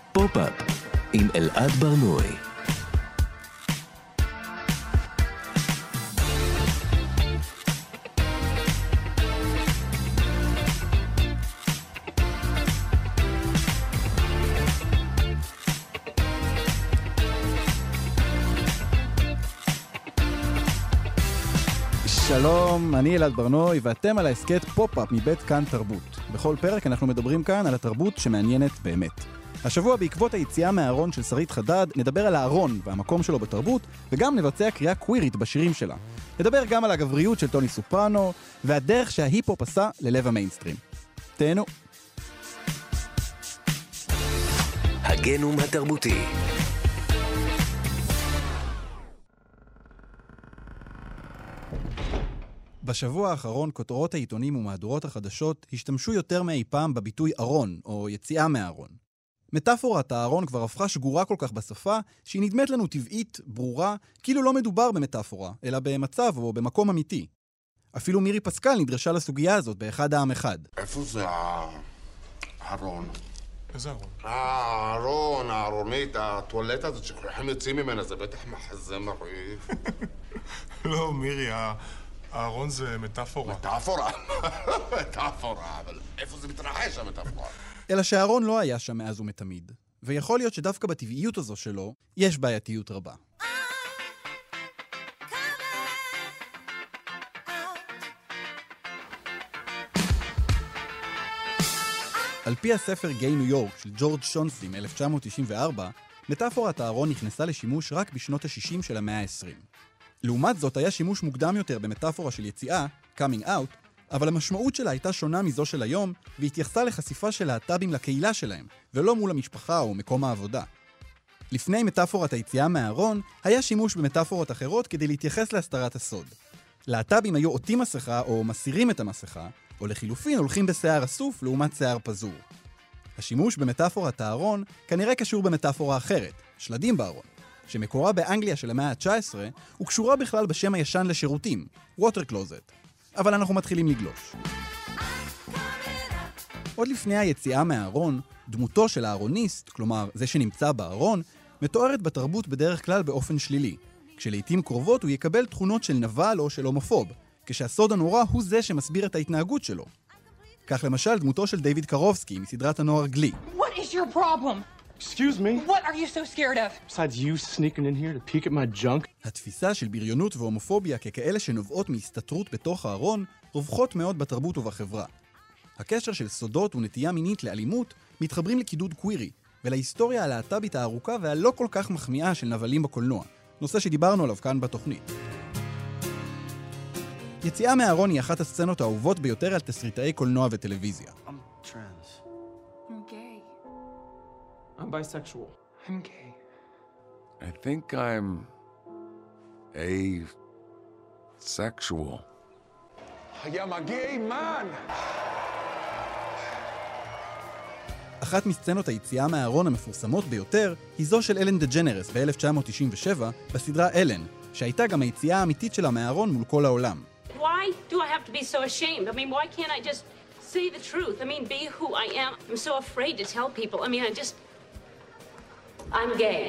פופ-אפ עם אלעד ברנועי. שלום, אני אלעד ברנועי ואתם על ההסכת פופ-אפ מבית כאן תרבות. בכל פרק אנחנו מדברים כאן על התרבות שמעניינת באמת. השבוע בעקבות היציאה מהארון של שרית חדד נדבר על הארון והמקום שלו בתרבות וגם נבצע קריאה קווירית בשירים שלה. נדבר גם על הגבריות של טוני סופרנו והדרך שההיפ-הופ עשה ללב המיינסטרים. תהנו. הגנום התרבותי. בשבוע האחרון כותרות העיתונים ומהדורות החדשות השתמשו יותר מאי פעם בביטוי ארון או יציאה מהארון. מטאפורת הארון כבר הפכה שגורה כל כך בשפה שהיא נדמת לנו טבעית, ברורה, כאילו לא מדובר במטאפורה, אלא במצב או במקום אמיתי. אפילו מירי פסקל נדרשה לסוגיה הזאת באחד העם אחד. איפה זה הארון? איזה ארון? הארון, הארונית, הטואלטה הזאת שכולכם יוצאים ממנה, זה בטח מחזה מרעיב. לא, מירי, הארון זה מטאפורה. מטאפורה? מטאפורה, אבל איפה זה מתרחש המטאפורה? אלא שהארון לא היה שם מאז ומתמיד, ויכול להיות שדווקא בטבעיות הזו שלו יש בעייתיות רבה. על פי הספר גיי ניו יורק של ג'ורג' שונסלי מ-1994, מטאפורת הארון נכנסה לשימוש רק בשנות ה-60 של המאה ה-20. לעומת זאת היה שימוש מוקדם יותר במטאפורה של יציאה, coming out, אבל המשמעות שלה הייתה שונה מזו של היום, והתייחסה לחשיפה של להט"בים לקהילה שלהם, ולא מול המשפחה או מקום העבודה. לפני מטאפורת היציאה מהארון, היה שימוש במטאפורות אחרות כדי להתייחס להסתרת הסוד. להט"בים היו עוטים מסכה או מסירים את המסכה, או לחילופין הולכים בשיער אסוף לעומת שיער פזור. השימוש במטאפורת הארון כנראה קשור במטאפורה אחרת, שלדים בארון, שמקורה באנגליה של המאה ה-19, וקשורה בכלל בשם הישן לשירותים, water closet. אבל אנחנו מתחילים לגלוש. עוד לפני היציאה מהארון, דמותו של הארוניסט, כלומר זה שנמצא בארון, מתוארת בתרבות בדרך כלל באופן שלילי, כשלעיתים קרובות הוא יקבל תכונות של נבל או של הומופוב, כשהסוד הנורא הוא זה שמסביר את ההתנהגות שלו. כך למשל דמותו של דיוויד קרובסקי מסדרת הנוער גלי. What is your problem? Excuse me? What are you so scared of? Besides you sneaking in here to peek at my junk? התפיסה של בריונות והומופוביה ככאלה שנובעות מהסתתרות בתוך הארון רווחות מאוד בתרבות ובחברה. הקשר של סודות ונטייה מינית לאלימות מתחברים לקידוד קווירי ולהיסטוריה הלהט"בית הארוכה והלא כל כך מחמיאה של נבלים בקולנוע, נושא שדיברנו עליו כאן בתוכנית. יציאה מהארון היא אחת הסצנות האהובות ביותר על תסריטאי קולנוע וטלוויזיה. I'm trans. I'm gay. I'm bisexual. I'm gay. I think I'm asexual. I am a gay man. אחת מסצנות היציאה מהארון המפורסמות ביותר היא זו של אלן דג'נרס ב-1997 בסדרה אלן, שהייתה גם היציאה האמיתית שלה מהארון מול כל העולם. Why do I have to be so ashamed? I mean, why can't I just say the truth? I mean, be who I am. I'm so afraid to tell people. I mean, I'm gay.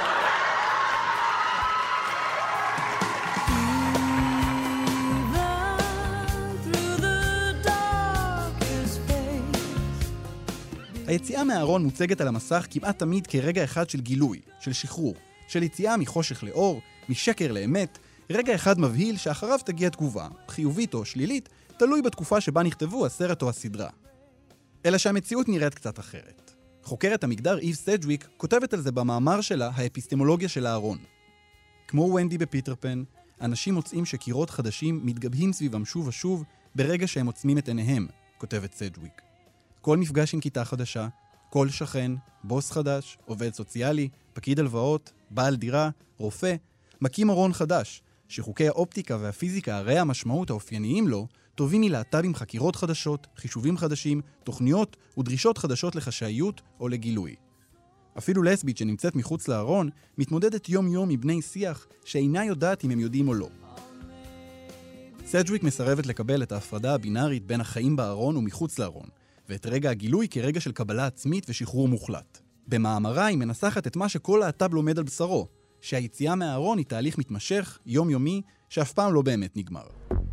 היציאה מהארון מוצגת על המסך כמעט תמיד כרגע אחד של גילוי, של שחרור, של יציאה מחושך לאור, משקר לאמת, רגע אחד מבהיל שאחריו תגיע תגובה, חיובית או שלילית, תלוי בתקופה שבה נכתבו הסרט או הסדרה. אלא שהמציאות נראית קצת אחרת. חוקרת המגדר איב סדג'וויק כותבת על זה במאמר שלה האפיסטמולוגיה של הארון. כמו ונדי בפיטר פן, אנשים מוצאים שקירות חדשים מתגבהים סביבם שוב ושוב ברגע שהם עוצמים את עיניהם, כותבת סדג'וויק. כל מפגש עם כיתה חדשה, כל שכן, בוס חדש, עובד סוציאלי, פקיד הלוואות, בעל דירה, רופא, מקים ארון חדש, שחוקי האופטיקה והפיזיקה הרי המשמעות האופייניים לו, טובים מלהט"בים חקירות חדשות, חישובים חדשים, תוכניות ודרישות חדשות לחשאיות או לגילוי. אפילו לסבית שנמצאת מחוץ לארון, מתמודדת יום יום מבני שיח שאינה יודעת אם הם יודעים או לא. סדג'וויק מסרבת לקבל את ההפרדה הבינארית בין החיים בארון ומחוץ לארון, ואת רגע הגילוי כרגע של קבלה עצמית ושחרור מוחלט. במאמרה היא מנסחת את מה שכל להט"ב לומד על בשרו, שהיציאה מהארון היא תהליך מתמשך, יומיומי, שאף פעם לא באמת נגמר.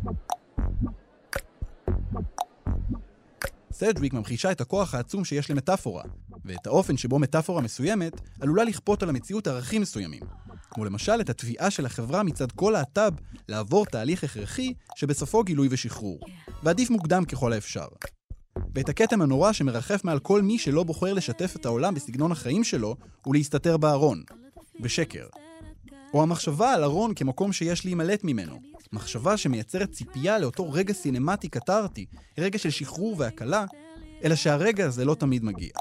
סדריק ממחישה את הכוח העצום שיש למטאפורה, ואת האופן שבו מטאפורה מסוימת עלולה לכפות על המציאות ערכים מסוימים, כמו למשל את התביעה של החברה מצד כל להט"ב לעבור תהליך הכרחי שבסופו גילוי ושחרור, ועדיף מוקדם ככל האפשר. ואת הכתם הנורא שמרחף מעל כל מי שלא בוחר לשתף את העולם בסגנון החיים שלו ולהסתתר בארון, בשקר. או המחשבה על ארון כמקום שיש להימלט ממנו, מחשבה שמייצרת ציפייה לאותו רגע סינמטי קטרתי, רגע של שחרור והקלה, אלא שהרגע הזה לא תמיד מגיע.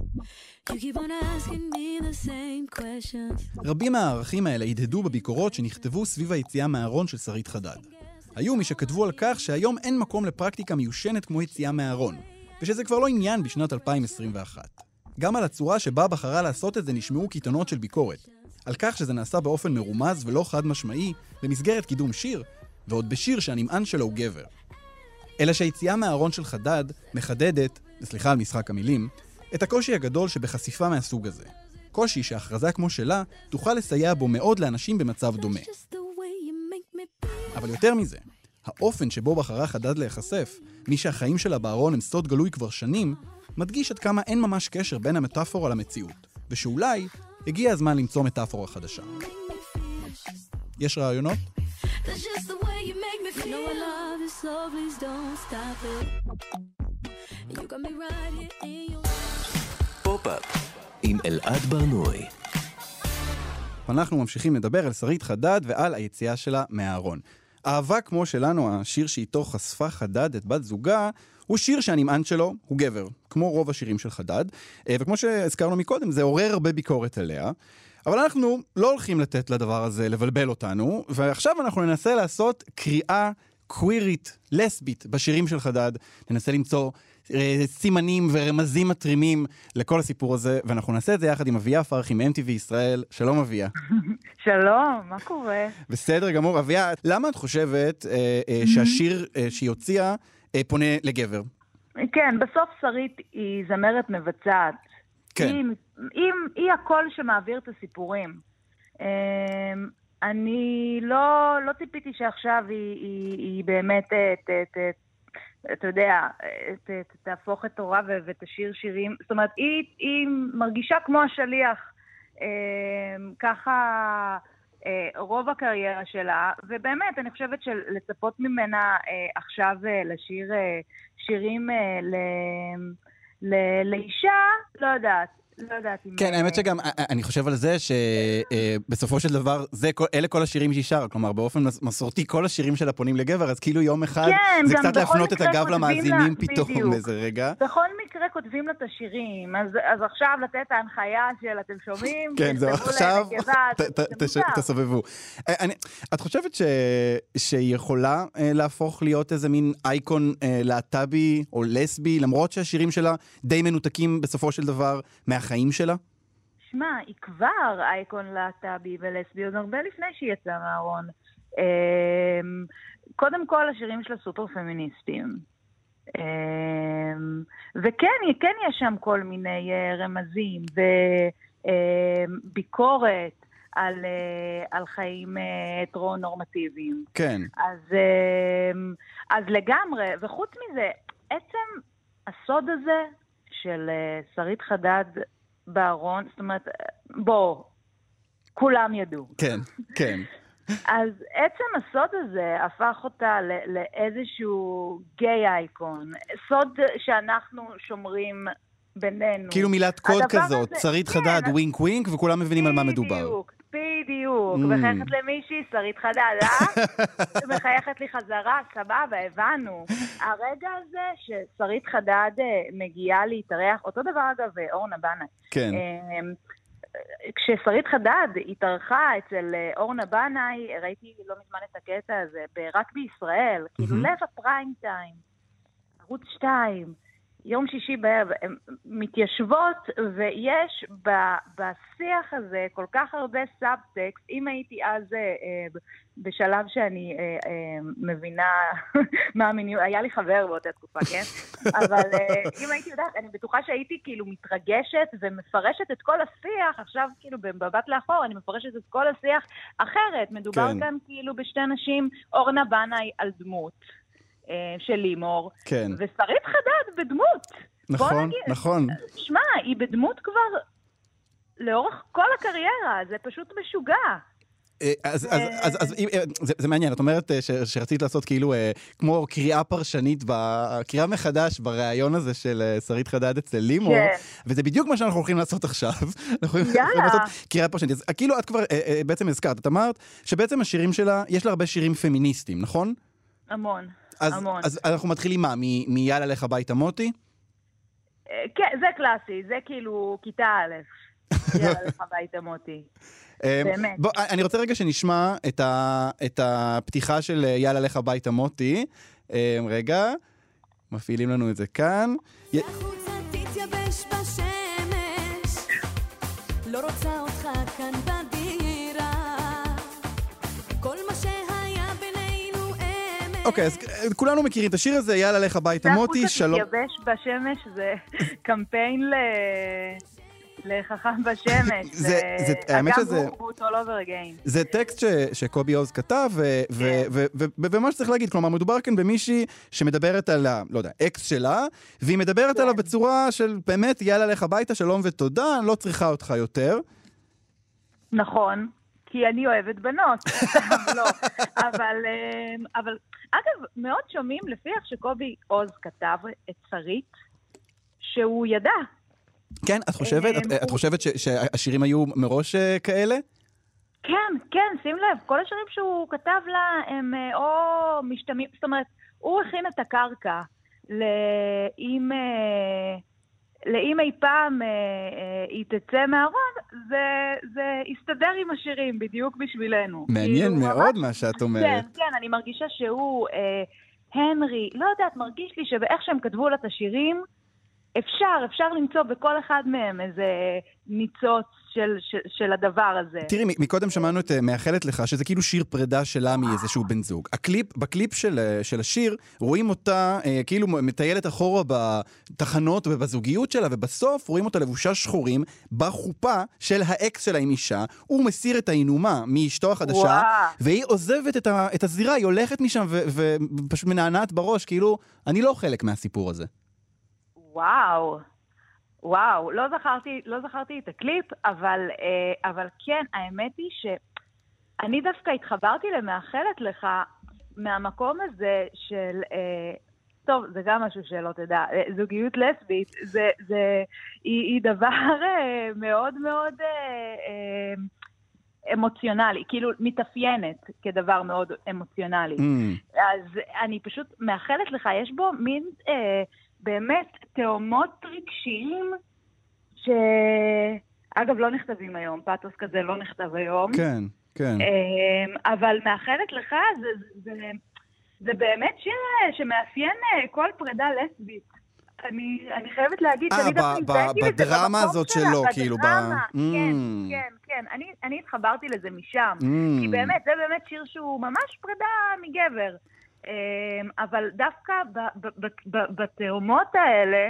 רבים מהערכים האלה הדהדו בביקורות שנכתבו סביב היציאה מהארון של שרית חדד. היו מי שכתבו על כך שהיום אין מקום לפרקטיקה מיושנת כמו יציאה מהארון, ושזה כבר לא עניין בשנת 2021. גם על הצורה שבה בחרה לעשות את זה נשמעו קיתונות של ביקורת, על כך שזה נעשה באופן מרומז ולא חד משמעי במסגרת קידום שיר, ועוד בשיר שהנמען שלו הוא גבר. אלא שהיציאה מהארון של חדד מחדדת, סליחה על משחק המילים, את הקושי הגדול שבחשיפה מהסוג הזה. קושי שהכרזה כמו שלה תוכל לסייע בו מאוד לאנשים במצב דומה. אבל יותר מזה, האופן שבו בחרה חדד להיחשף, מי שהחיים שלה בארון הם סוד גלוי כבר שנים, מדגיש עד כמה אין ממש קשר בין המטאפורה למציאות, ושאולי הגיע הזמן למצוא מטאפורה חדשה. יש רעיונות? פופ-אפ עם אלעד ברנועי. אנחנו ממשיכים לדבר על שרית חדד ועל היציאה שלה מהארון. אהבה כמו שלנו, השיר שאיתו חשפה חדד את בת זוגה, הוא שיר שהנמען שלו הוא גבר, כמו רוב השירים של חדד, וכמו שהזכרנו מקודם, זה עורר הרבה ביקורת עליה, אבל אנחנו לא הולכים לתת לדבר הזה לבלבל אותנו, ועכשיו אנחנו ננסה לעשות קריאה קווירית, לסבית, בשירים של חדד, ננסה למצוא סימנים ורמזים מטרימים לכל הסיפור הזה, ואנחנו נעשה את זה יחד עם אביה פרחי מ-MTV ישראל. שלום אביה. שלום, מה קורה? בסדר גמור. אביה, למה את חושבת שהשיר שהיא הוציאה פונה לגבר? כן, בסוף שרית היא זמרת מבצעת. כן. היא הקול שמעביר את הסיפורים. אני לא ציפיתי שעכשיו היא באמת אתה יודע, תהפוך את תורה ותשיר שירים. זאת אומרת, היא מרגישה כמו השליח, ככה רוב הקריירה שלה, ובאמת, אני חושבת שלצפות ממנה עכשיו לשיר שירים לאישה, לא יודעת. כן, האמת שגם, אני חושב על זה שבסופו של דבר, אלה כל השירים שהיא שרה, כלומר, באופן מסורתי, כל השירים שלה פונים לגבר, אז כאילו יום אחד, זה קצת להפנות את הגב למאזינים פתאום באיזה רגע. בכל מקרה כותבים לה את השירים, אז עכשיו לתת ההנחיה של אתם שומעים, כן, זהו, עכשיו תסובבו. את חושבת שהיא יכולה להפוך להיות איזה מין אייקון להט"בי או לסבי, למרות שהשירים שלה די מנותקים בסופו של דבר מהחיים שלה? שמע, היא כבר אייקון להט"בי ולסבי, עוד הרבה לפני שהיא יצאה מהארון. קודם כל, השירים שלה סופר פמיניסטיים. וכן, יש שם כל מיני רמזים וביקורת על חיים הטרו-נורמטיביים. כן. אז לגמרי, וחוץ מזה, עצם הסוד הזה של שרית חדד בארון, זאת אומרת, כולם ידעו. כן, כן. אז עצם הסוד הזה הפך אותה לאיזשהו גיי אייקון, סוד שאנחנו שומרים בינינו. כאילו מילת קוד כזאת, שרית חדד, ווינק ווינק, וכולם מבינים על מה מדובר. בדיוק, מחייכת למישהי, שרית חדד, מחייכת לי חזרה, סבבה, הבנו. הרגע הזה ששרית חדד מגיעה להתארח, אותו דבר אגב, אורנה בנאי. כן. כששרית חדד התארחה אצל אורנה בנאי, ראיתי לא מזמן את הקטע הזה, רק בישראל, כאילו לב הפריים טיים, ערוץ 2, יום שישי בערב, הן מתיישבות, ויש בשיח הזה כל כך הרבה סאבטקסט. אם הייתי אז בשלב שאני מבינה מה המיניות, היה לי חבר באותה תקופה, כן? אבל אם הייתי יודעת, אני בטוחה שהייתי כאילו מתרגשת ומפרשת את כל השיח, עכשיו כאילו במבט לאחור, אני מפרשת את כל השיח אחרת. מדובר כאן כאילו בשתי נשים, אורנה בנאי על דמות. של לימור, כן. ושרית חדד בדמות. נכון, נכון. שמע, היא בדמות כבר לאורך כל הקריירה, זה פשוט משוגע. אז זה מעניין, את אומרת שרצית לעשות כאילו כמו קריאה פרשנית, קריאה מחדש ברעיון הזה של שרית חדד אצל לימור, וזה בדיוק מה שאנחנו הולכים לעשות עכשיו. אנחנו הולכים לעשות קריאה פרשנית. אז כאילו את כבר בעצם הזכרת, את אמרת שבעצם השירים שלה, יש לה הרבה שירים פמיניסטיים, נכון? המון. אז אנחנו מתחילים מה? מיאללה לך הביתה מוטי? כן, זה קלאסי, זה כאילו כיתה א', יאללה לך הביתה מוטי. באמת. בוא, אני רוצה רגע שנשמע את הפתיחה של יאללה לך הביתה מוטי. רגע, מפעילים לנו את זה כאן. החוצה תתייבש בשמש, לא רוצה אותך כאן בדירה, כל מה שהיה בינינו אמש. אוקיי, אז כולנו מכירים את השיר הזה, יאללה לך הביתה מוטי, שלום. החוצה תתייבש בשמש זה קמפיין לחכם בשמש. האמת שזה... זה טקסט שקובי עוז כתב, ומה שצריך להגיד, כלומר, מדובר כאן במישהי שמדברת על, לא יודע, אקס שלה, והיא מדברת עליו בצורה של באמת, יאללה לך הביתה, שלום ותודה, אני לא צריכה אותך יותר. נכון, כי אני אוהבת בנות. לא, אבל, אגב, מאוד שומעים לפי איך שקובי עוז כתב את שרית, שהוא ידע. כן, את חושבת שהשירים היו מראש כאלה? כן, כן, שים לב, כל השירים שהוא כתב לה הם או משתמעים, זאת אומרת, הוא הכין את הקרקע לאם אי פעם היא תצא מהארון, זה יסתדר עם השירים בדיוק בשבילנו. מעניין מאוד מה שאת אומרת. כן, כן, אני מרגישה שהוא, הנרי, לא יודעת, מרגיש לי שבאיך שהם כתבו לה את השירים, אפשר למצוא בכל אחד מהם איזה ניצוץ של הדבר הזה. תראי, מקודם שמענו את מאחלת לך, שזה כאילו שיר פרידה שלה מאיזשהו בן זוג. בקליפ של השיר, רואים אותה כאילו מטיילת אחורה בתחנות ובזוגיות שלה, ובסוף רואים אותה לבושה שחורים בחופה של האקס שלה עם אישה, הוא מסיר את האינומה מאשתו החדשה, והיא עוזבת את הזירה, היא הולכת משם ופשוט מנענעת בראש, כאילו, אני לא חלק מהסיפור הזה. וואו, לא זכרתי את הקליפ, אבל כן, האמת היא שאני דווקא התחברתי למאחלת לך מהמקום הזה של, טוב, זה גם משהו שלא תדע, זוגיות לסבית, היא דבר מאוד מאוד אמוציונלי, כאילו מתאפיינת כדבר מאוד אמוציונלי. אז אני פשוט מאחלת לך, יש בו מין... באמת תאומות רגשיים אגב, לא נכתבים היום, פאטוס כזה לא נכתב היום. כן, כן. אבל מאחלת לך, זה באמת שמאפיין כל פרידה לסבית. אני חייבת להגיד שאני דווקא בדרמה הזאת שלו, כאילו. בדרמה, כן. אני התחברתי לזה משם. כי באמת, זה באמת שיר שהוא ממש פרידה מגבר. אבל דווקא בתאומות האלה,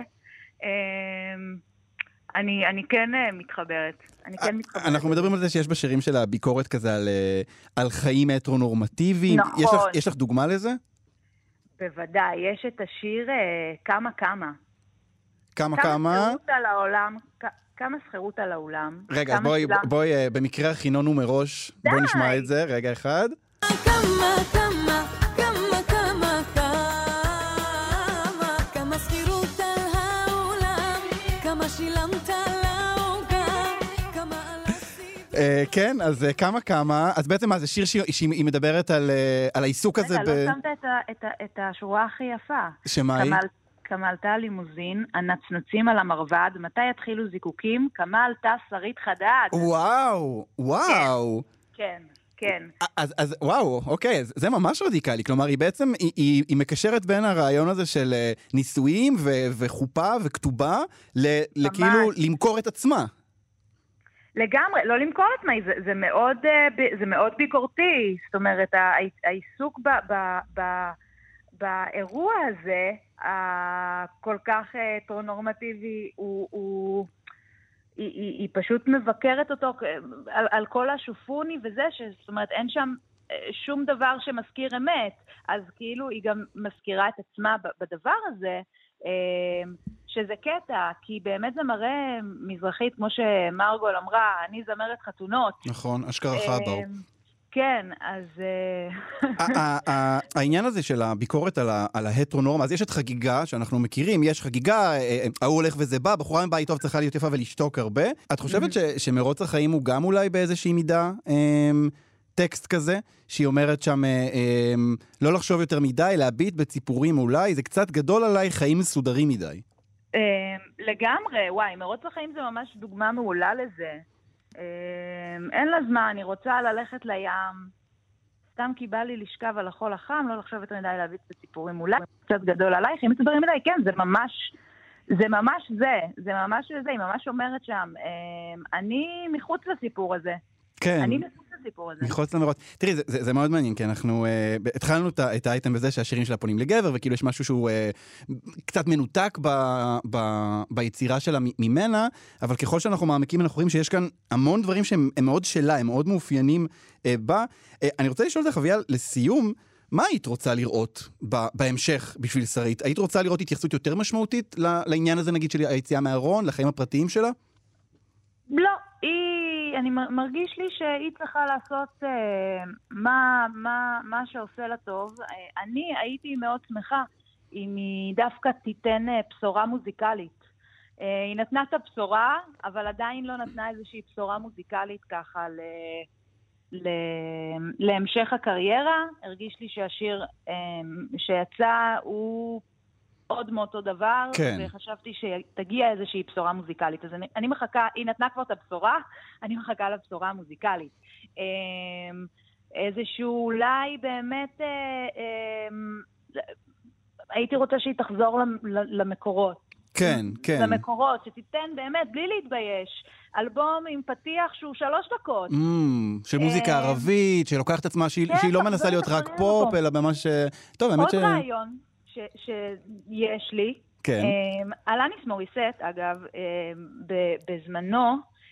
אני כן מתחברת. אנחנו מדברים על זה שיש בשירים של הביקורת כזה על חיים הטרונורמטיביים. נכון. יש לך דוגמה לזה? בוודאי, יש את השיר כמה. כמה? כמה שכירות על העולם, כמה שכירות על העולם. רגע, בואי, במקרה הכינונו מראש, בואי נשמע את זה, רגע אחד. כמה שכירות על העולם, כמה שילמת לעוגה, כמה על הסיבה. כן, אז כמה, אז בעצם מה, זה שיר שהיא מדברת על העיסוק הזה. רגע, לא שמת את השורה הכי יפה. שמה היא? כמה עלתה הלימוזין, הנצנוצים על המרבד, מתי יתחילו זיקוקים, כמה עלתה שרית חדד. וואו. כן. כן. אז וואו, אוקיי, זה ממש רדיקלי. כלומר, היא בעצם, היא מקשרת בין הרעיון הזה של נישואים וחופה וכתובה, לכאילו למכור את עצמה. לגמרי, לא למכור את עצמה, זה מאוד ביקורתי. זאת אומרת, העיסוק באירוע הזה, הכל כך טרונורמטיבי, היא פשוט מבקרת אותו על כל השופוני וזה, זאת אומרת, אין שם שום דבר שמזכיר אמת, אז כאילו היא גם מזכירה את עצמה בדבר הזה, שזה קטע, כי באמת זה מראה מזרחית, כמו שמרגול אמרה, אני זמרת חתונות. נכון, אשכרה חבר. כן, אז... העניין הזה של הביקורת על ההטרונורמה, אז יש את חגיגה שאנחנו מכירים, יש חגיגה, ההוא הולך וזה בא, בחורה עם בית טוב צריכה להיות יפה ולשתוק הרבה. את חושבת שמרוץ החיים הוא גם אולי באיזושהי מידה טקסט כזה, שהיא אומרת שם לא לחשוב יותר מדי, להביט בציפורים אולי, זה קצת גדול עליי, חיים מסודרים מדי. לגמרי, וואי, מרוץ החיים זה ממש דוגמה מעולה לזה. אין לה זמן, אני רוצה ללכת לים, סתם כי בא לי לשכב על החול החם, לא לחשוב יותר מדי להביט בציפורים אולי, קצת גדול עלייך, אם מסודרים מדי, כן, זה ממש זה, היא ממש אומרת שם, אני מחוץ לסיפור הזה. כן. אני מחוץ לסיפור הזה. מחוץ למרוץ. תראי, זה מאוד מעניין, כי אנחנו התחלנו את האייטם בזה שהשירים שלה פונים לגבר, וכאילו יש משהו שהוא קצת מנותק ביצירה שלה ממנה, אבל ככל שאנחנו מעמיקים אנחנו רואים שיש כאן המון דברים שהם מאוד שלה, הם מאוד מאופיינים בה. אני רוצה לשאול אותך, אביאל, לסיום, מה היית רוצה לראות בהמשך בשביל שרית? היית רוצה לראות התייחסות יותר משמעותית לעניין הזה, נגיד, של היציאה מהארון, לחיים הפרטיים שלה? לא, אני מרגיש לי שהיא צריכה לעשות מה שעושה לה טוב. אני הייתי מאוד שמחה אם היא דווקא תיתן בשורה מוזיקלית. היא נתנה את הבשורה, אבל עדיין לא נתנה איזושהי בשורה מוזיקלית ככה להמשך הקריירה. הרגיש לי שהשיר שיצא הוא עוד מאותו דבר, כן. וחשבתי שתגיע איזושהי בשורה מוזיקלית. אז אני מחכה, היא נתנה כבר את הבשורה, אני מחכה לבשורה המוזיקלית. איזשהו אולי באמת, הייתי רוצה שהיא תחזור למקורות. כן, כן. למקורות, שתיתן באמת, בלי להתבייש, אלבום עם פתיח שהוא 3 דקות. של מוזיקה ערבית, שלוקחת את עצמה, שהיא לא מנסה להיות רק פופ, אלא ממש... טוב, האמת עוד רעיון שיש לי. כן. אלניס מוריסט, אגב, בזמנו,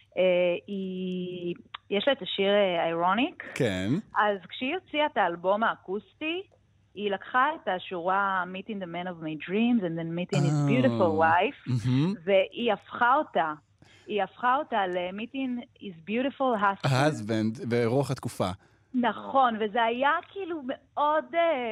יש לה את השיר אירוניק. כן. אז כשהיא הוציאה את האלבום האקוסטי, היא לקחה את השורה Meeting the Man of my dreams and then Meeting his beautiful wife, והיא הפכה אותה ל-Meeting his beautiful husband ברוח התקופה. נכון, וזה היה כאילו מאוד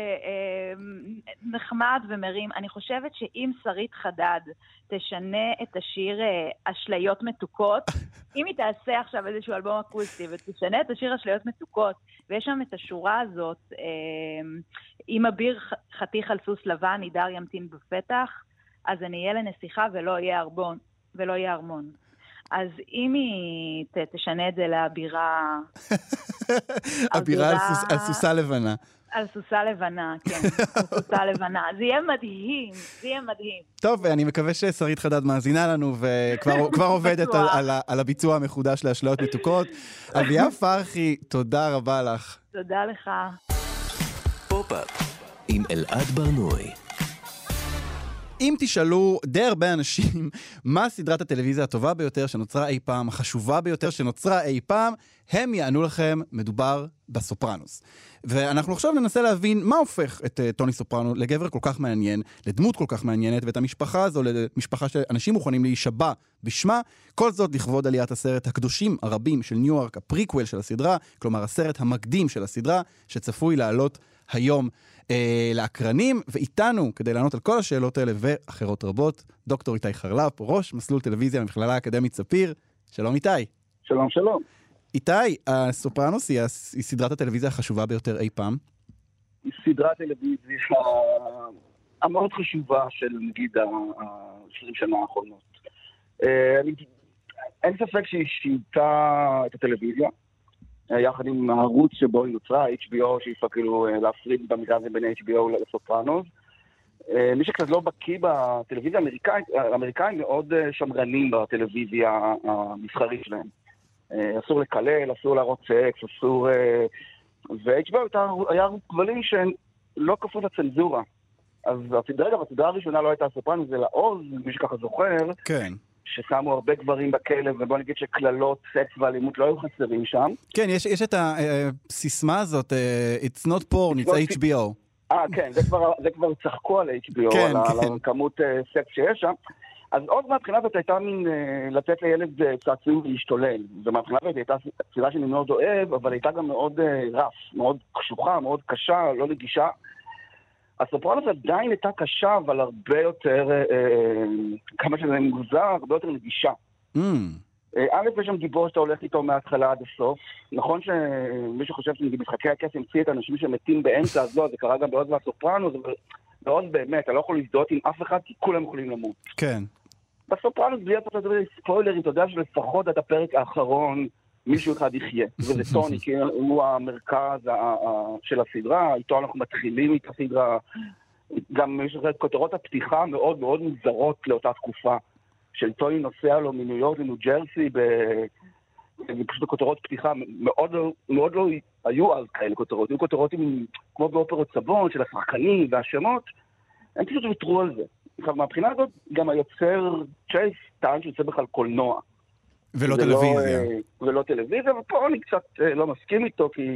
נחמד ומרים. אני חושבת שאם שרית חדד תשנה את השיר אשליות מתוקות, אם היא תעשה עכשיו איזשהו אלבום אקוסטי ותשנה את השיר אשליות מתוקות, ויש שם את השורה הזאת, אם אביר חתיך על סוס לבן, נידר ימתין בפתח, אז אני אהיה לנסיכה ולא יהיה ארמון. אז אם היא תשנה את זה לאבירה... אבירה על סוסה לבנה. על סוסה לבנה, כן. על סוסה לבנה. זה יהיה מדהים, זה יהיה מדהים. טוב, אני מקווה ששרית חדד מאזינה לנו, וכבר עובדת על הביצוע המחודש לאשליות מתוקות. אביה פרחי, תודה רבה לך. תודה לך. פופ-אפ עם אלעד ברנועי. אם תשאלו די הרבה אנשים מה סדרת הטלוויזיה הטובה ביותר שנוצרה אי פעם, החשובה ביותר שנוצרה אי פעם, הם יענו לכם, מדובר בסופרנוס. ואנחנו עכשיו ננסה להבין מה הופך את טוני סופרנו לגבר כל כך מעניין, לדמות כל כך מעניינת, ואת המשפחה הזו למשפחה שאנשים מוכנים להישבע בשמה, כל זאת לכבוד עליית הסרט הקדושים הרבים של ניו-יורק, הפריקוול של הסדרה, כלומר הסרט המקדים של הסדרה, שצפוי לעלות היום לאקרנים, ואיתנו, כדי לענות על כל השאלות האלה ואחרות רבות, דוקטור איתי חרל"פ, ראש מסלול טלוויזיה במכללה האקדמית ספיר. שלום איתי. שלום, שלום. איתי, הסופרנוס היא סדרת הטלוויזיה החשובה ביותר אי פעם? היא סדרת טלוויזיה המאוד חשובה של נגיד ה-20 שנה האחרונות. אין ספק שהיא שינתה את הטלוויזיה. יחד עם הערוץ שבו היא נוצרה, HBO, שאיפה כאילו להפריד במקרה הזה בין HBO לסופרנוס. מי שקצת לא בקיא בטלוויזיה האמריקאים מאוד שמרנים בטלוויזיה המסחרית שלהם. אסור לקלל, אסור להראות סקס, אסור... ו-HBO היה ערוץ כבלים שלא כפוף לצנזורה. אז הסדרה הראשונה לא הייתה הסופרנוס, זה לעוז, מי שככה זוכר. כן. ששמו הרבה גברים בכלב, ובוא נגיד שקללות, סקס ואלימות לא היו חסרים שם. כן, יש את הסיסמה הזאת, it's not porn, it's HBO. כן, זה כבר צחקו על HBO, כן, על הכמות סקס שיש שם. אז עוד מהבחינה הזאת הייתה מין לתת לילד צעצועים ולהשתולל. ומהבחינה הזאת הייתה סדרה שאני מאוד אוהב, אבל הייתה גם מאוד רף, מאוד קשוחה, מאוד קשה, לא נגישה. הסופרנוס עדיין הייתה קשה, אבל הרבה יותר, כמה שזה מוזר, הרבה יותר נגישה. א', יש שם גיבור שאתה הולך איתו מההתחלה עד הסוף. נכון שמי שחושב שמשחקי הכס המציא את האנשים שמתים באמצע, אז לא, זה קרה גם בעוד מהסופרנוס, אבל בעוד באמת, אתה לא יכול להזדהות עם אף אחד, כי כולם יכולים למות. כן. בסופרנוס, בלי אתה מדבר ספוילרים, אתה יודע שלפחות את הפרק האחרון, מישהו אחד יחיה. וזה טוני, כי הוא המרכז של הסדרה, איתו אנחנו מתחילים את הסדרה. גם יש את כותרות הפתיחה מאוד מאוד מוזרות לאותה תקופה. של טוני נוסע לו מניו יורק לניו ג'רסי, פשוט כותרות פתיחה מאוד לא היו אז כאלה כותרות. היו כותרות כמו באופרות סבון של השחקנים והשמות, הם פשוט ויתרו על זה. עכשיו, מהבחינה הזאת, גם היוצר צ'ייס טען שיוצא בכלל קולנוע. ולא טלוויזיה. ולא טלוויזיה, ופה אני קצת לא מסכים איתו, כי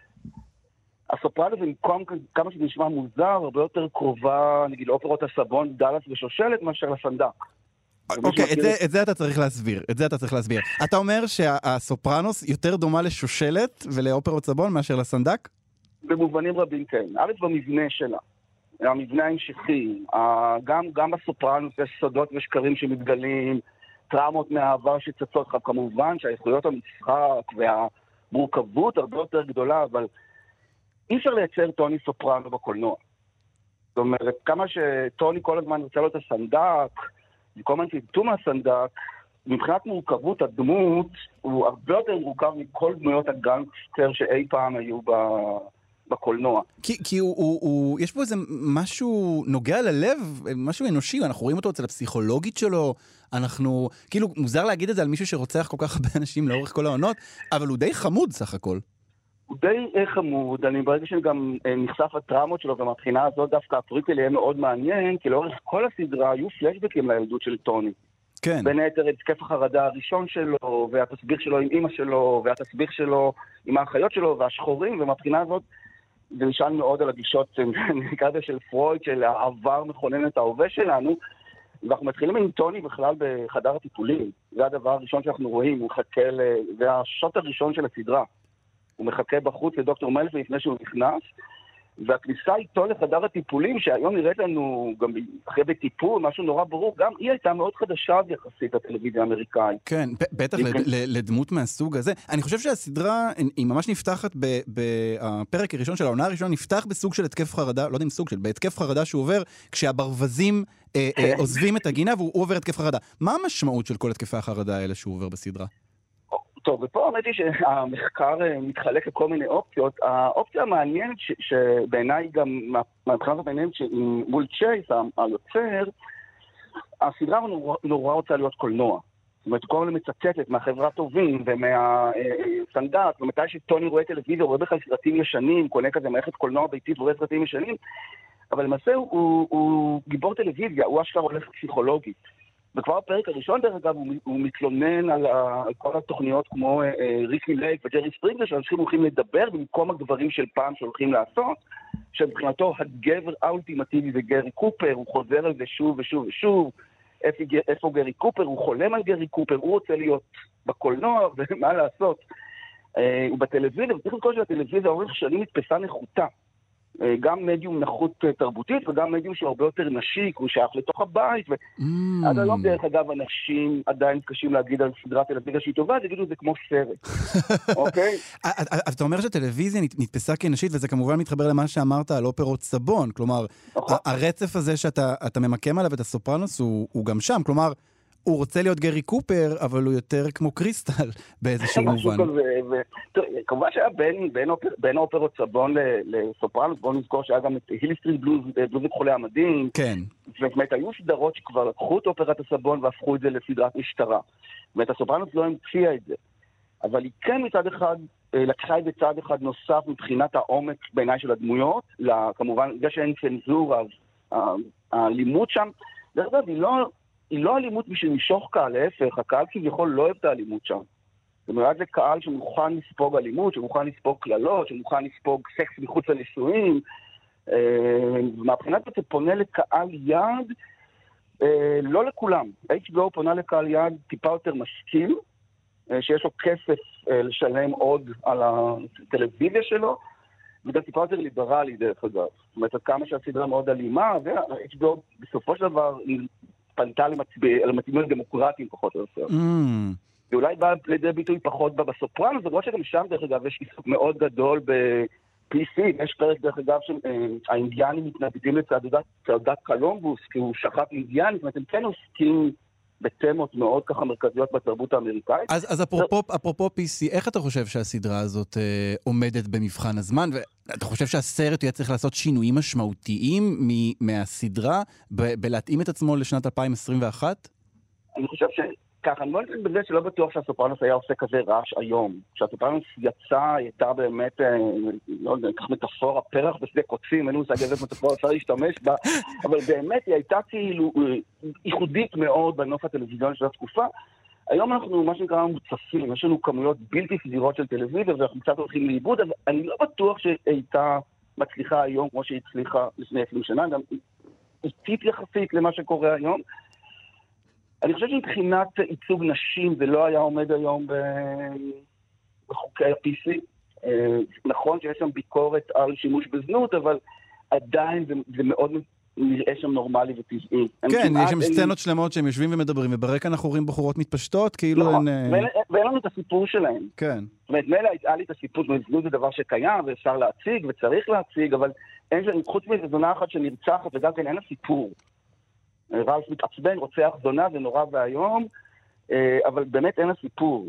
הסופרנוס, במקום כמה שנשמע מוזר, הרבה יותר קרובה, נגיד, לאופרות הסבון, דלס ושושלת, מאשר לסנדק. אוקיי, את זה אתה צריך להסביר. אתה אומר שהסופרנוס יותר דומה לשושלת ולאופרות סבון מאשר לסנדק? במובנים רבים כן. א', במבנה שלה. המבנה ההמשכי. גם בסופרנוס יש סודות ושקרים שמתגלים, טראומות מהעבר שצצות לך. כמובן שהאיכויות המשחק והמורכבות הרבה יותר גדולה, אבל אי אפשר לייצר טוני סופרנו בקולנוע. זאת אומרת, כמה שטוני כל הזמן רוצה לו את הסנדק, וכל הזמן צייתו מהסנדק, מבחינת מורכבות הדמות, הוא הרבה יותר מורכב מכל דמויות הגנגסטר שאי פעם היו בקולנוע. כי יש פה איזה משהו נוגע ללב, משהו אנושי, אנחנו רואים אותו אצל הפסיכולוגית שלו, אנחנו, כאילו, מוזר להגיד את זה על מישהו שרוצח כל כך הרבה אנשים לאורך כל העונות, אבל הוא די חמוד סך הכל. הוא די חמוד, אני ברגע שגם נחשף הטראומות שלו, ומבחינה הזאת דווקא הפריקל יהיה מאוד מעניין, כי לאורך כל הסדרה היו פלשבקים לילדות של טוני. כן. בין היתר את התקף החרדה הראשון שלו, והתסביך שלו עם אמא שלו, והתסביך שלו עם האחיות שלו, והשחורים, ומבחינה הזאת זה נשאל מאוד על הגישות, נקרא זה של פרויד, של העבר מכונן את ההווה שלנו, ואנחנו מתחילים עם טוני בכלל בחדר הטיפולים. זה הדבר הראשון שאנחנו רואים, הוא מחכה, זה השוט הראשון של הסדרה. הוא מחכה בחוץ לדוקטור מלפי לפני שהוא נכנס, והכניסה איתו לחדר הטיפולים, שהיום נראית לנו גם אחרי בטיפול, משהו נורא ברור, גם היא הייתה מאוד חדשה יחסית לטלוויזיה האמריקאית. כן, בטח לדמות מהסוג הזה. אני חושב שהסדרה, היא ממש נפתחת בפרק הראשון של העונה הראשונה, נפתח בסוג של התקף חרדה, לא יודע אם סוג של, בהתקף חרדה שהוא עובר, כשהברווזים עוזבים את הגינה, והוא עובר התקף חרדה. מה המשמעות של כל התקפי החרדה האלה שהוא עובר בסדרה? טוב, ופה האמת שהמחקר מתחלק לכל מיני אופציות. האופציה המעניינת שבעיניי גם מהבחינה הזאת מעניינת שמול צ'ייס, היוצר, הסדרה נורא רוצה להיות קולנוע. זאת אומרת, כל מיני מצטטת מהחברה טובים ומהסטנדרט, ומתי שטוני רואה טלוויזיה, רואה בכלל סרטים ישנים, קונה כזה מערכת קולנוע ביתית ורואה סרטים ישנים, אבל למעשה הוא גיבור טלוויזיה, הוא אשכרה הולך פסיכולוגית. וכבר הפרק הראשון, דרך אגב, הוא מתלונן על כל התוכניות כמו ריקי לייק וג'רי ספרינגלר, שאנשים הולכים לדבר במקום הגברים של פעם שהולכים לעשות, שבבחינתו הגבר האולטימטיבי זה גרי קופר, הוא חוזר על זה שוב ושוב ושוב, איפה גרי קופר, הוא חולם על גרי קופר, הוא רוצה להיות בקולנוע, ומה לעשות? הוא בטלוויזיה, וצריך לזכור שהטלוויזיה אורך שנים נתפסה נחותה. גם מדיום נחות תרבותית וגם מדיום שהוא הרבה יותר נשי, הוא שייך לתוך הבית, ועד היום דרך אגב אנשים עדיין מתקשים להגיד על סדרת טלוויזיה שהיא טובה, אז יגידו זה כמו סרט. אוקיי? אתה אומר שהטלוויזיה נתפסה כנשית, וזה כמובן מתחבר למה שאמרת על אופרות סבון, כלומר, הרצף הזה שאתה ממקם עליו את הסופרנוס הוא גם שם, כלומר, הוא רוצה להיות גרי קופר, אבל הוא יותר כמו קריסטל באיזשהו מובן. כמובן שהיה בין האופרות סבון לסופרנוס, בואו נזכור שהיה גם את הילי סטריט בלוז וחולי המדים. כן. זאת אומרת, היו סדרות שכבר לקחו את אופרת הסבון והפכו את זה לסדרת משטרה. זאת אומרת, הסופרנוס לא המציאה את זה. אבל היא כן מצד אחד, לקחה את זה צעד אחד נוסף מבחינת העומק בעיניי של הדמויות, כמובן, זה שאין צנזורה, האלימות שם, דרך אגב, היא לא אלימות בשביל משוך קהל, להפך, הקהל כביכול לא אוהב את האלימות שם. זאת אומרת, זה קהל שמוכן לספוג אלימות, שמוכן לספוג כללות, שמוכן לספוג סקס מחוץ לנישואים. מהבחינת זה פונה לקהל יעד, לא לכולם. HBO פונה לקהל יעד טיפה יותר משכיל, שיש לו כסף לשלם עוד על הטלוויזיה שלו, וגם טיפה יותר ליברלי דרך אגב. זאת אומרת, כמה שהסדרה מאוד אלימה, ו-HBO בסופו של דבר פנתה למצביעים דמוקרטיים פחות או יותר. ואולי בא לידי ביטוי פחות בסופרנוס, למרות שגם שם דרך אגב יש עיסוק מאוד גדול ב-PC, יש פרק דרך אגב שהאינדיאנים מתנגדים לצעדת קולומבוס, כי הוא שחט אינדיאנים, זאת אומרת, הם כן עוסקים בתמות מאוד ככה מרכזיות בתרבות האמריקאית. אז אפרופו PC, איך אתה חושב שהסדרה הזאת עומדת במבחן הזמן? ואתה חושב שהסרט יהיה צריך לעשות שינויים משמעותיים מהסדרה בלהתאים את עצמו לשנת 2021? אני חושב ככה, אני לא יודעת בזה שלא בטוח שהסופרנוס היה עושה כזה רעש היום. כשהסופרנוס יצא, הייתה באמת, לא יודע, כך מטאפורה, פרח בשדה קוצים, אין לי מושג איזה מטאפורה אפשר להשתמש בה, אבל באמת היא הייתה כאילו ייחודית מאוד בנוף הטלוויזיון של התקופה. היום אנחנו, מה שנקרא, מוצפים, יש לנו כמויות בלתי סבירות של טלוויזיה, ואנחנו קצת הולכים לאיבוד, אבל אני לא בטוח שהייתה מצליחה היום כמו שהיא הצליחה לפני 20 שנה, גם איטית יחסית למה שקורה היום. אני חושב שמבחינת ייצוג נשים זה לא היה עומד היום בחוקי ה-PC. נכון שיש שם ביקורת על שימוש בזנות, אבל עדיין זה מאוד נראה שם נורמלי וטבעי. כן, יש שם סצנות שלמות שהם יושבים ומדברים, וברקע אנחנו רואים בחורות מתפשטות, כאילו הן... ואין לנו את הסיפור שלהם. כן. זאת אומרת, מילא היה לי את הסיפור, זנות זה דבר שקיים, ואפשר להציג וצריך להציג, אבל חוץ מזה זונה אחת שנרצחת, וגם כן אין לה סיפור. רלף מתעצבן, רוצח זונה, זה נורא והיום, אבל באמת אין הסיפור.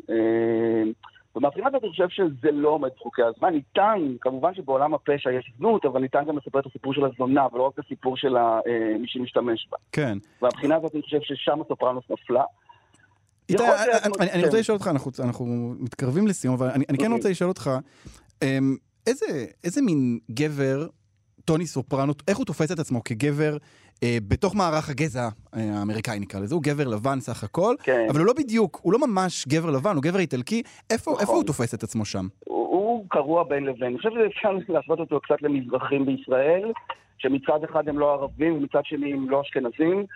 ומהבחינת אני חושב שזה לא עומד בחוקי הזמן. ניתן, כמובן שבעולם הפשע יש זנות, אבל ניתן גם לספר את הסיפור של הזונה, ולא רק את הסיפור של מי שמשתמש בה. כן. והבחינה הזאת אני חושב ששם הסופרנוס נפלה. אני רוצה לשאול אותך, אנחנו מתקרבים לסיום, אבל אני כן רוצה לשאול אותך, איזה מין גבר, טוני סופרנו, איך הוא תופס את עצמו כגבר בתוך מערך הגזע האמריקאי נקרא לזה, הוא גבר לבן סך הכל, אבל הוא לא בדיוק, הוא לא ממש גבר לבן, הוא גבר איטלקי, איפה הוא תופס את עצמו שם? הוא קרוע בין לבין, אני חושב שאפשר להשוות אותו קצת למזרחים בישראל, שמצד אחד הם לא ערבים ומצד שני הם לא אשכנזים,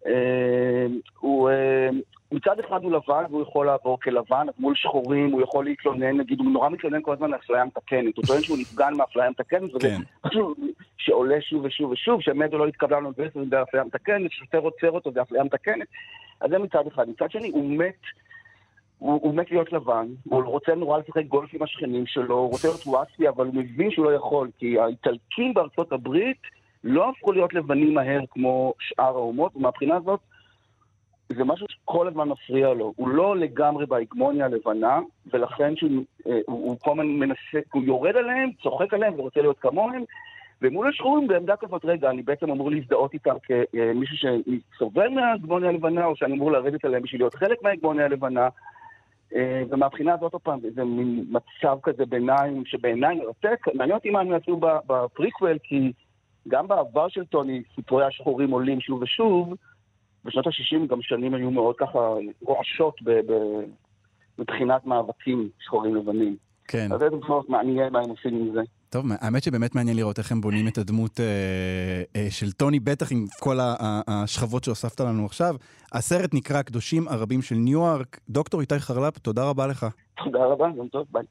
מצד אחד הוא לבן והוא יכול לעבור כלבן, מול שחורים הוא יכול להתלונן, נגיד הוא נורא מתלונן כל הזמן לאפליה מתקנת, הוא טוען שהוא נפגע מאפליה מתקנת, וזה משהו שעולה שוב ושוב ושוב, שמדו לא התקבלה לנו באפליה באפליה מתקנת, ששוטר עוצר אותו באפליה מתקנת, אז זה מצד אחד. מצד שני הוא מת להיות לבן, הוא רוצה נורא לשחק גולף עם השכנים שלו, הוא רוצה להיות וואספי, אבל הוא מבין שהוא לא יכול, כי האיטלקים בארצות הברית לא הפכו להיות לבנים מהר כמו שאר האומות, ומהבחינה הזאת זה משהו שכל הזמן מפריע לו. הוא לא לגמרי בהגמוניה הלבנה, ולכן שהוא כל הזמן מנסה, הוא יורד עליהם, צוחק עליהם ורוצה להיות כמוהם, ומול השחורים בעמדה כזאת, רגע, אני בעצם אמור להזדהות איתם כמישהו שסובל מההגמוניה הלבנה, או שאני אמור לרדת עליהם בשביל להיות חלק מההגמוניה הלבנה, ומהבחינה הזאת פעם, זה מין מצב כזה ביניים, שבעיניי מרתק, מעניין אותי מה הם יעשו בפריקוול, כי גם בעבר של טוני, סיפורי השחורים עולים שוב ושוב, בשנות ה-60 גם שנים היו מאוד ככה רועשות מבחינת מאבקים שחורים לבנים. כן. אז זה דוגמאות מעניין מה הם עושים עם זה. טוב, האמת שבאמת מעניין לראות איך הם בונים את הדמות של טוני, בטח עם כל השכבות שהוספת לנו עכשיו. הסרט נקרא קדושים הרבים של ניו-יורק. דוקטור איתי חרל"פ, תודה רבה לך. תודה רבה, גם טוב, ביי.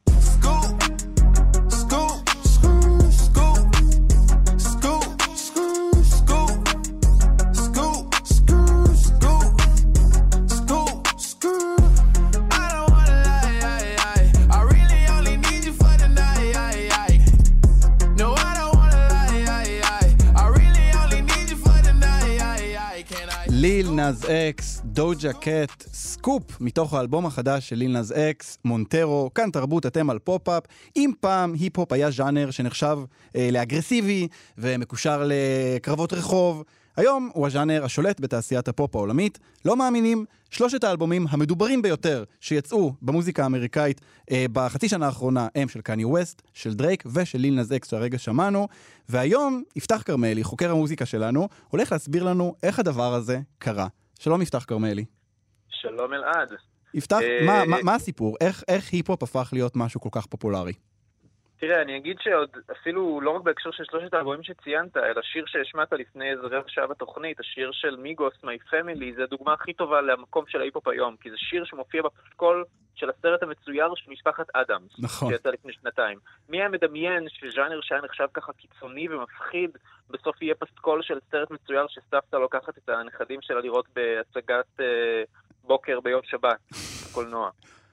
ליל נאז אקס, דוג'ה קט, סקופ, מתוך האלבום החדש של ליל נאז אקס, מונטרו, כאן תרבות, אתם על פופ-אפ. אם פעם היפ-הופ היה ז'אנר שנחשב לאגרסיבי ומקושר לקרבות רחוב, היום הוא הז'אנר השולט בתעשיית הפופ העולמית. לא מאמינים, 3 האלבומים המדוברים ביותר שיצאו במוזיקה האמריקאית בחצי שנה האחרונה הם של קניה ווסט, של דרייק ושל ליל נאז אקס שהרגע שמענו, והיום יפתח כרמלי, חוקר המוזיקה שלנו, הולך להסביר לנו איך הדבר הזה קרה. שלום יפתח כרמלי. שלום אלעד. יפתח, מה הסיפור? איך היפ-הופ הפך להיות משהו כל כך פופולרי? תראה, אני אגיד שעוד אפילו לא רק בהקשר של 3 האלבומים שציינת, אלא שיר שהשמעת לפני איזה רבע שעה בתוכנית, השיר של מיגוס, My Family, זה הדוגמה הכי טובה למקום של ההיפ-הופ היום, כי זה שיר שמופיע בפסקול של הסרט המצויר של משפחת אדמס, נכון. שיצא לפני 2 מי היה מדמיין שז'אנר שהיה נחשב ככה קיצוני ומפחיד, בסוף יהיה פסקול של סרט מצויר שסבתא לוקחת את הנכדים שלה לראות בהצגת בוקר ביום שבת, בקולנוע.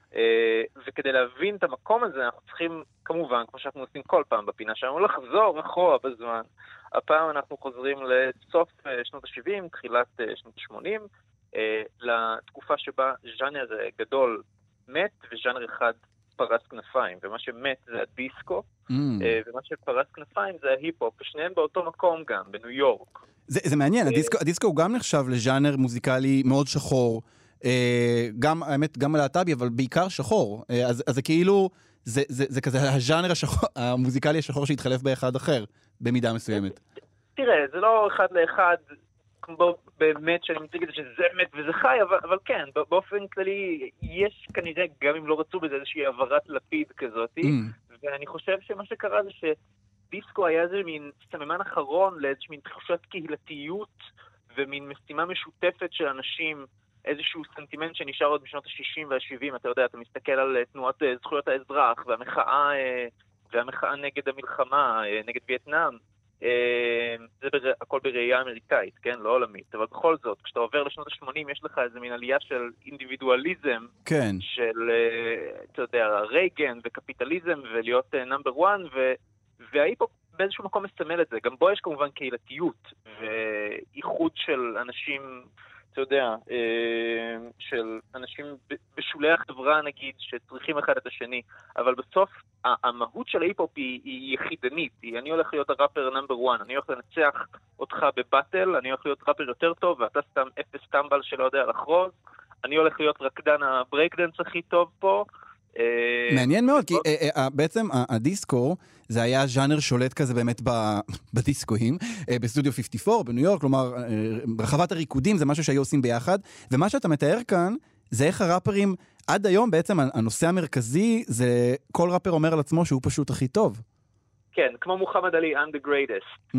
וכדי להבין את המקום הזה, אנחנו צריכים, כמובן, כמו שאנחנו עושים כל פעם בפינה שלנו, לחזור אחורה בזמן. הפעם אנחנו חוזרים לסוף שנות ה-70, תחילת שנות ה-80, לתקופה שבה ז'אנר גדול מת, וז'אנר אחד פרס כנפיים. ומה שמת זה הדיסקו, ומה שפרס כנפיים זה ההיפ-הופ, ושניהם באותו מקום גם, בניו יורק. זה מעניין, הדיסקו הוא גם נחשב לז'אנר מוזיקלי מאוד שחור, גם, האמת, גם להט"בי, אבל בעיקר שחור. אז זה כאילו, זה כזה הז'אנר המוזיקלי השחור שהתחלף באחד אחר, במידה מסוימת. תראה, זה לא אחד לאחד, כמו באמת שאני מציג את זה שזה מת וזה חי, אבל כן, באופן כללי, יש כנראה, גם אם לא רצו בזה, איזושהי עברת לפיד כזאת, ואני חושב שמה שקרה זה שדיסקו היה איזה מין סממן אחרון לאיזושהי מין תחושת קהילתיות, ומין משימה משותפת של אנשים, איזשהו סנטימנט שנשאר עוד בשנות ה-60 וה-70, אתה יודע, אתה מסתכל על תנועת זכויות האזרח, והמחאה נגד המלחמה, נגד וייטנאם, זה הכל בראייה אמריקאית, כן? לא עולמית, אבל בכל זאת, כשאתה עובר לשנות ה-80, יש לך איזה מין עלייה של אינדיבידואליזם, כן. של, אתה יודע, רייגן וקפיטליזם, ולהיות נאמבר 1, וההיפ-הופ באיזשהו מקום מסמל את זה. גם בו יש כמובן קהילתיות, ואיחוד של אנשים, אתה יודע, של אנשים בשולי החברה, נגיד, שצריכים אחד את השני, אבל בסוף המהות של ההיפ-הופ היא יחידנית, אני הולך להיות הראפר נאמבר 1, אני הולך לנצח אותך בבטל, אני הולך להיות ראפר יותר טוב, ואתה סתם אפס טמבל שלא יודע לחרוז, אני הולך להיות רקדן הברייקדנס הכי טוב פה. מעניין מאוד, כי בעצם הדיסקו זה היה ז'אנר שולט כזה באמת בדיסקויים, בסטודיו 54 בניו יורק, כלומר רחבת הריקודים זה משהו שהיו עושים ביחד, ומה שאתה מתאר כאן זה איך הראפרים עד היום בעצם הנושא המרכזי זה כל ראפר אומר על עצמו שהוא פשוט הכי טוב. כן, כמו מוחמד עלי, I'm the greatest.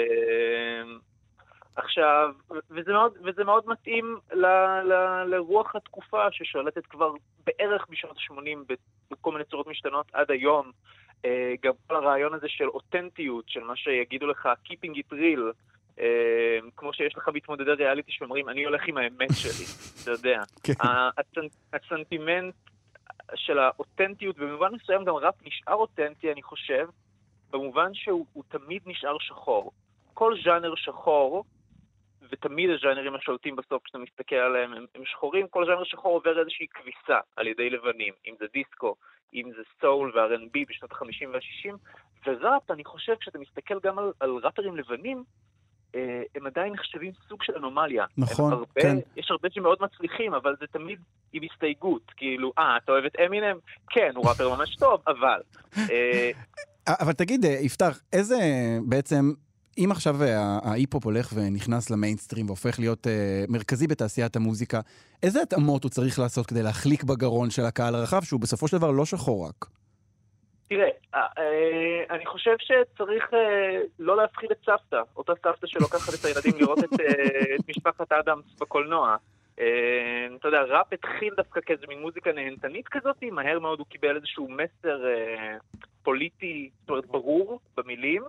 עכשיו, וזה מאוד מתאים לרוח התקופה ששולטת כבר בערך בשנות ה-80 בכל מיני צורות משתנות עד היום. גם כל הרעיון הזה של אותנטיות, של מה שיגידו לך keeping it real, כמו שיש לך מתמודדי ריאליטי שאומרים, אני הולך עם האמת שלי, אתה יודע. הסנטימנט של האותנטיות, במובן מסוים גם ראפ נשאר אותנטי, אני חושב, במובן שהוא תמיד נשאר שחור. כל ז'אנר שחור, ותמיד הז'אנרים השולטים בסוף, כשאתה מסתכל עליהם, הם שחורים, כל ז'אנר שחור עובר איזושהי כביסה על ידי לבנים, אם זה דיסקו, אם זה סול ו-R&B בשנות ה-50 וה-60, וראפ, אני חושב, כשאתה מסתכל גם על ראפרים לבנים, הם עדיין נחשבים סוג של אנומליה. נכון, כן. יש הרבה שמאוד מצליחים, אבל זה תמיד עם הסתייגות, כאילו, אתה אוהב את אמינם? כן, הוא ראפר ממש טוב, אבל... אבל תגיד, יפתח, איזה בעצם... אם עכשיו ההיפ-הופ הולך ונכנס למיינסטרים והופך להיות מרכזי בתעשיית המוזיקה, איזה התאמות הוא צריך לעשות כדי להחליק בגרון של הקהל הרחב, שהוא בסופו של דבר לא שחור רק? תראה, אני חושב שצריך לא להפחיד את סבתא, אותה סבתא שלוקחת את הילדים לראות את משפחת אדמס בקולנוע. אתה יודע, ראפ התחיל דווקא כאיזו מין מוזיקה נהנתנית כזאת, מהר מאוד הוא קיבל איזשהו מסר פוליטי, זאת אומרת, ברור במילים,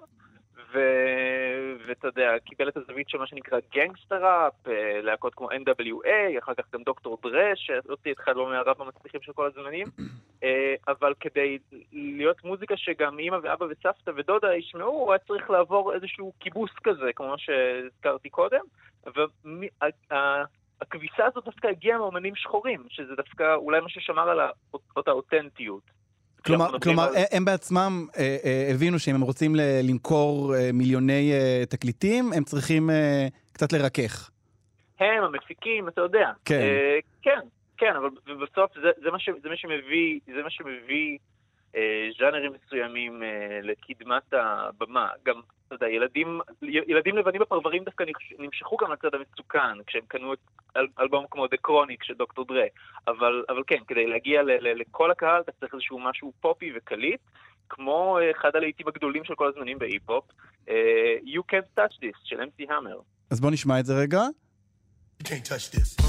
ואתה יודע, קיבל את הזווית של מה שנקרא גנגסטר-ראפ, להקות כמו NWA, אחר כך גם דוקטור דרה, שהוציא את אחד לא מהראפ המצליחים של כל הזמנים, אבל כדי להיות מוזיקה שגם אמא ואבא וסבתא ודודה ישמעו, הוא היה צריך לעבור איזשהו קיבוס כזה, כמו שהזכרתי קודם, הכביסה הזאת דווקא הגיעה מאמנים שחורים, שזה דווקא אולי מה ששמר על אותה אותנטיות. כלומר, הם בעצמם הבינו שאם הם רוצים למכור מיליוני תקליטים, הם צריכים קצת לרכך. הם, המפיקים, אתה יודע. כן. כן, אבל בסוף זה מה שמביא ז'אנרים מסוימים לקדמת הבמה. גם, אתה יודע, ילדים לבנים בפרברים דווקא נמשכו גם לצד המסוכן, כשהם קנו את אלבום כמו The Chronic של דוקטור דרה. אבל כן, כדי להגיע לכל הקהל, אתה צריך איזשהו משהו פופי וקליט, כמו אחד הלהיטים הגדולים של כל הזמנים בהיפ-הופ, You Can't Touch This של MC Hammer. אז בוא נשמע את זה רגע. You can't touch this.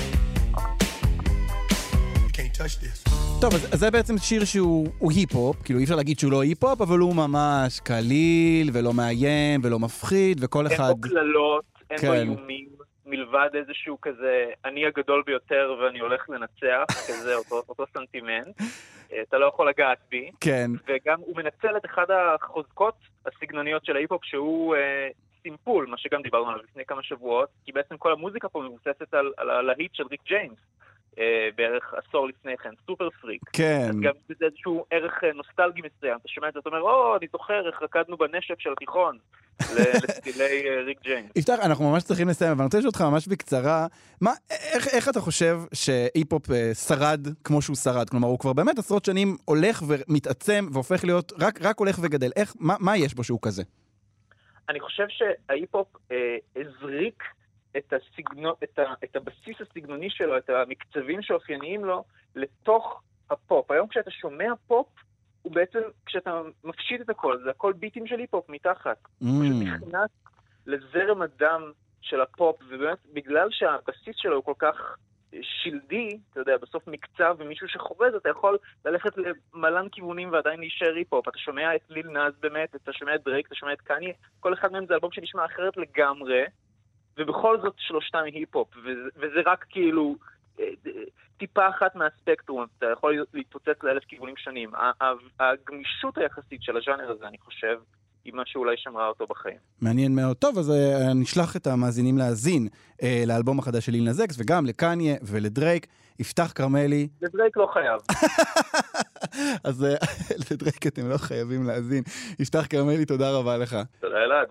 You can't touch this. טוב, אז זה בעצם שיר שהוא היפ-הופ, כאילו אי אפשר להגיד שהוא לא היפ-הופ, אבל הוא ממש קליל ולא מאיים ולא מפחיד, וכל אחד... אין בו כללות, אין בו איומים, מלבד איזשהו כזה, אני הגדול ביותר ואני הולך לנצח, כזה אותו סנטימנט, אתה לא יכול לגעת בי. כן. וגם הוא מנצל את אחד החוזקות הסגנוניות של ההיפ-הופ, שהוא סימפול, מה שגם דיברנו עליו לפני כמה שבועות, כי בעצם כל המוזיקה פה מבוססת על הלהיט של ריק ג'יימס. בערך עשור לפני כן, סופר פריק. כן. אז גם זה איזשהו ערך נוסטלגי מסוים. אתה שומע את זה, אתה אומר, אני זוכר איך רקדנו בנשק של התיכון לסטילי ריק ג'יימס. יפתח, אנחנו ממש צריכים לסיים, אבל אני רוצה לשאול אותך ממש בקצרה, איך אתה חושב שהיפ-הופ שרד כמו שהוא שרד? כלומר, הוא כבר באמת עשרות שנים הולך ומתעצם והופך להיות, רק הולך וגדל. מה יש בו שהוא כזה? אני חושב שההיפ-הופ הזריק את הבסיס הסגנוני שלו, את המקצבים שאופייניים לו, לתוך הפופ. היום כשאתה שומע פופ, הוא בעצם, כשאתה מפשיט את הכל, זה הכל ביטים של היפ-הופ מתחת. הוא פשוט נכנס לזרם הדם של הפופ, ובאמת, בגלל שהבסיס שלו הוא כל כך שלדי, אתה יודע, בסוף מקצב ומישהו שחובז, אתה יכול ללכת למלן כיוונים ועדיין להישאר היפ-הופ. אתה שומע את ליל נאז באמת, אתה שומע את דרייק, אתה שומע את קניה, כל אחד מהם זה אלבום שנשמע אחרת לגמרי, ובכל זאת שלושתם היפ-הופ, וזה רק כאילו טיפה אחת מהספקטרום, אתה יכול להתפוצץ לאלף כיוונים שונים. הגמישות היחסית של הז'אנר הזה, אני חושב, היא מה שאולי שמרה אותו בחיים. מעניין מאוד. טוב, אז נשלח את המאזינים להאזין לאלבום החדש של ליל נאז אקס, וגם לקניה ולדרייק. יפתח כרמלי. לדרייק לא חייב. אז לדרייק אתם לא חייבים להאזין. יפתח כרמלי, תודה רבה לך. תודה אלעד.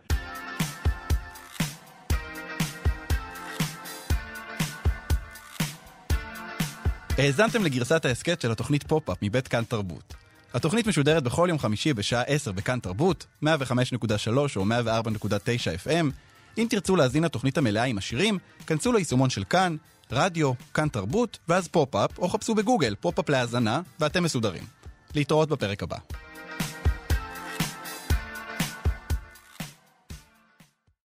האזנתם לגרסת ההסקט של התוכנית פופ-אפ מבית כאן תרבות. התוכנית משודרת בכל יום חמישי בשעה 10 בכאן תרבות, 105.3 או 104.9 FM. אם תרצו להזין לתוכנית המלאה עם השירים, כנסו ליישומון של כאן, רדיו, כאן תרבות, ואז פופ-אפ, או חפשו בגוגל פופ-אפ להאזנה, ואתם מסודרים. להתראות בפרק הבא.